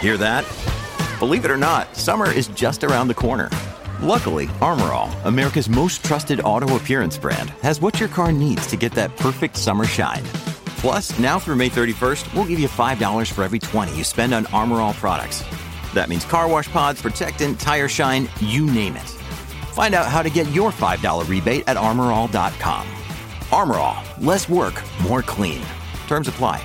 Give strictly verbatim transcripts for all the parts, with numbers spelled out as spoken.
Hear that? Believe it or not, summer is just around the corner. Luckily, Armor All, America's most trusted auto appearance brand, has what your car needs to get that perfect summer shine. Plus, now through May thirty-first, we'll give you five dollars for every twenty you spend on Armor All products. That means car wash pods, protectant, tire shine, you name it. Find out how to get your five dollars rebate at armor all dot com. Armor All, less work, more clean. Terms apply.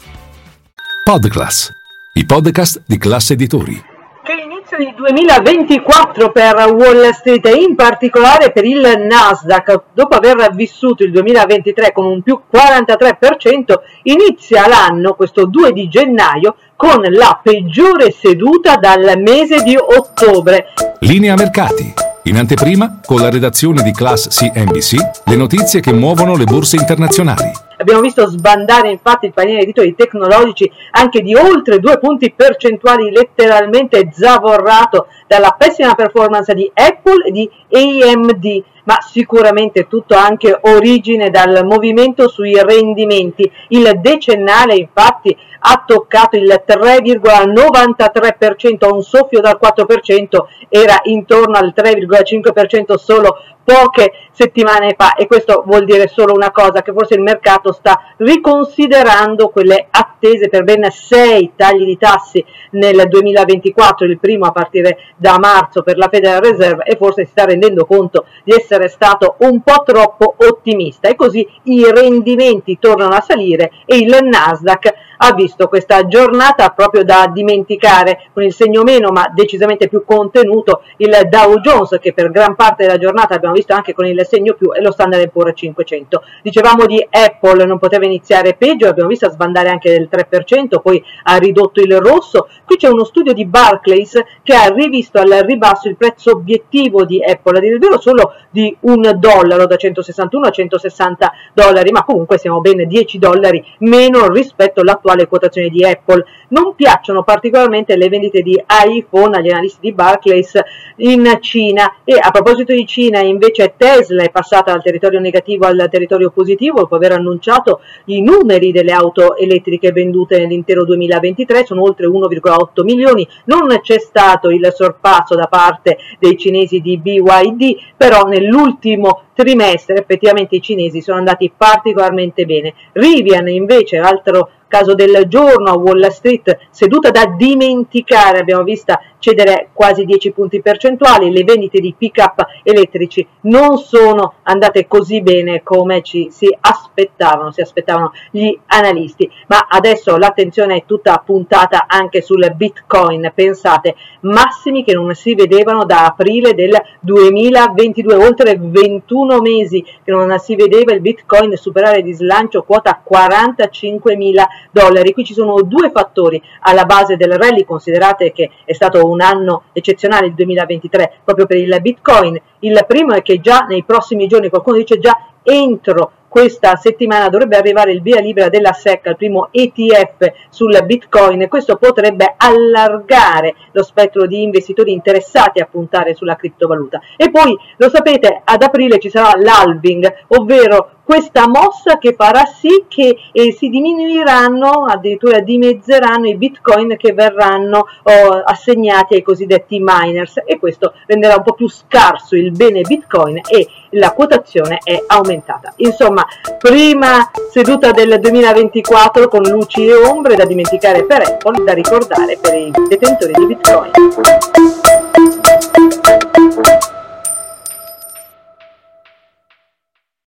Podclass, i podcast di Class Editori. Che inizio di duemilaventiquattro per Wall Street e in particolare per il Nasdaq, dopo aver vissuto il duemilaventitré con un più quarantatré per cento, inizia l'anno, questo due di gennaio, con la peggiore seduta dal mese di ottobre. Linea mercati. In anteprima, con la redazione di Class C N B C, le notizie che muovono le borse internazionali. Abbiamo visto sbandare infatti il paniere di titoli tecnologici anche di oltre due punti percentuali, letteralmente zavorrato dalla pessima performance di Apple e di A M D, ma sicuramente tutto anche origine dal movimento sui rendimenti. Il decennale infatti ha toccato il tre virgola novantatré per cento, un soffio dal quattro per cento, era intorno al tre virgola cinque per cento solo poche settimane fa, e questo vuol dire solo una cosa, che forse il mercato sta riconsiderando quelle attese per ben sei tagli di tassi nel duemilaventiquattro, il primo a partire da marzo per la Federal Reserve, e forse si sta rendendo conto di essere stato un po' troppo ottimista, e così i rendimenti tornano a salire e il Nasdaq ha visto questa giornata proprio da dimenticare, con il segno meno ma decisamente più contenuto il Dow Jones, che per gran parte della giornata abbiamo visto anche con il segno più, e lo Standard and Poor's cinquecento. Dicevamo di Apple, non poteva iniziare peggio, abbiamo visto sbandare anche del tre per cento, poi ha ridotto il rosso. Qui c'è uno studio di Barclays che ha rivisto al ribasso il prezzo obiettivo di Apple, a dire il vero solo di un dollaro, da centosessantuno a centosessanta dollari, ma comunque siamo ben dieci dollari meno rispetto all'attuale quotazione di Apple. Non piacciono particolarmente le vendite di iPhone agli analisti di Barclays in Cina, e a proposito di Cina invece Tesla è passata dal territorio negativo al territorio positivo dopo aver annunciato i numeri delle auto elettriche vendute nell'intero duemilaventitré, sono oltre uno virgola otto milioni. Non c'è stato il sorpasso da parte dei cinesi di B Y D, però nell'ultimo trimestre effettivamente i cinesi sono andati particolarmente bene. Rivian invece, l'altro caso del giorno a Wall Street, seduta da dimenticare, abbiamo vista cedere quasi dieci punti percentuali, le vendite di pick-up elettrici non sono andate così bene come ci si aspettavano, si aspettavano gli analisti, ma adesso l'attenzione è tutta puntata anche sul Bitcoin. Pensate, massimi che non si vedevano da aprile del duemilaventidue, oltre ventuno mesi che non si vedeva il Bitcoin superare di slancio quota quarantacinquemila dollari. Qui ci sono due fattori alla base del rally, considerate che è stato un anno eccezionale il duemilaventitré proprio per il Bitcoin. Il primo è che già nei prossimi giorni, qualcuno dice già entro questa settimana, dovrebbe arrivare il via libera della S E C, il primo E T F sul Bitcoin, e questo potrebbe allargare lo spettro di investitori interessati a puntare sulla criptovaluta. E poi, lo sapete, ad aprile ci sarà l'halving, ovvero questa mossa che farà sì che eh, si diminuiranno, addirittura dimezzeranno i bitcoin che verranno oh, assegnati ai cosiddetti miners, e questo renderà un po' più scarso il bene bitcoin e la quotazione è aumentata. Insomma, prima seduta del duemilaventiquattro con luci e ombre da dimenticare per Apple, da ricordare per i detentori di bitcoin.